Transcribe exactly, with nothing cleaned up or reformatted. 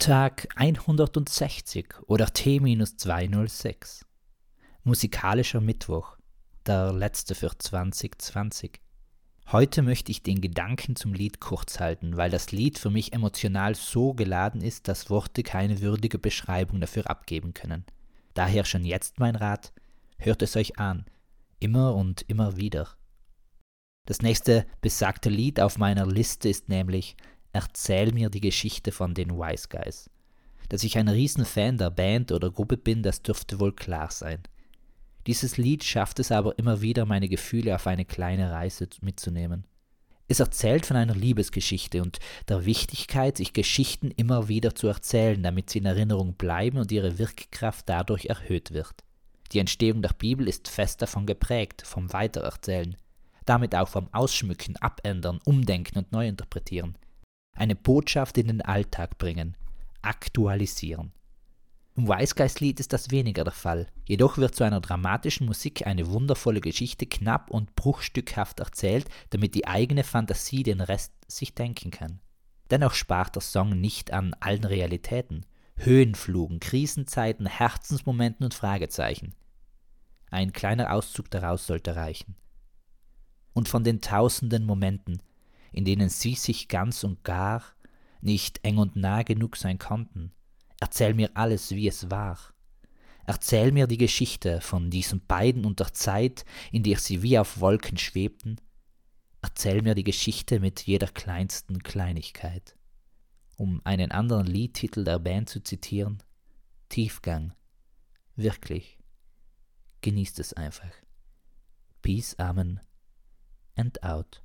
Tag hundertsechzig oder T zweihundertsechs. Musikalischer Mittwoch, der letzte für zwanzig zwanzig. Heute möchte ich den Gedanken zum Lied kurz halten, weil das Lied für mich emotional so geladen ist, dass Worte keine würdige Beschreibung dafür abgeben können. Daher schon jetzt mein Rat, hört es euch an, immer und immer wieder. Das nächste besagte Lied auf meiner Liste ist nämlich Erzähl mir die Geschichte von den Wise Guys. Dass ich ein Riesenfan der Band oder Gruppe bin, das dürfte wohl klar sein. Dieses Lied schafft es aber immer wieder, meine Gefühle auf eine kleine Reise mitzunehmen. Es erzählt von einer Liebesgeschichte und der Wichtigkeit, sich Geschichten immer wieder zu erzählen, damit sie in Erinnerung bleiben und ihre Wirkkraft dadurch erhöht wird. Die Entstehung der Bibel ist fest davon geprägt, vom Weitererzählen, damit auch vom Ausschmücken, Abändern, Umdenken und Neuinterpretieren. Eine Botschaft in den Alltag bringen, aktualisieren. Im Wise Guys Lied ist das weniger der Fall, jedoch wird zu einer dramatischen Musik eine wundervolle Geschichte knapp und bruchstückhaft erzählt, damit die eigene Fantasie den Rest sich denken kann. Dennoch spart der Song nicht an allen Realitäten, Höhenflugen, Krisenzeiten, Herzensmomenten und Fragezeichen. Ein kleiner Auszug daraus sollte reichen. Und von den tausenden Momenten, in denen sie sich ganz und gar nicht eng und nah genug sein konnten. Erzähl mir alles, wie es war. Erzähl mir die Geschichte von diesen beiden und der Zeit, in der sie wie auf Wolken schwebten. Erzähl mir die Geschichte mit jeder kleinsten Kleinigkeit. Um einen anderen Liedtitel der Band zu zitieren, Tiefgang. Wirklich. Genießt es einfach. Peace, Amen and out.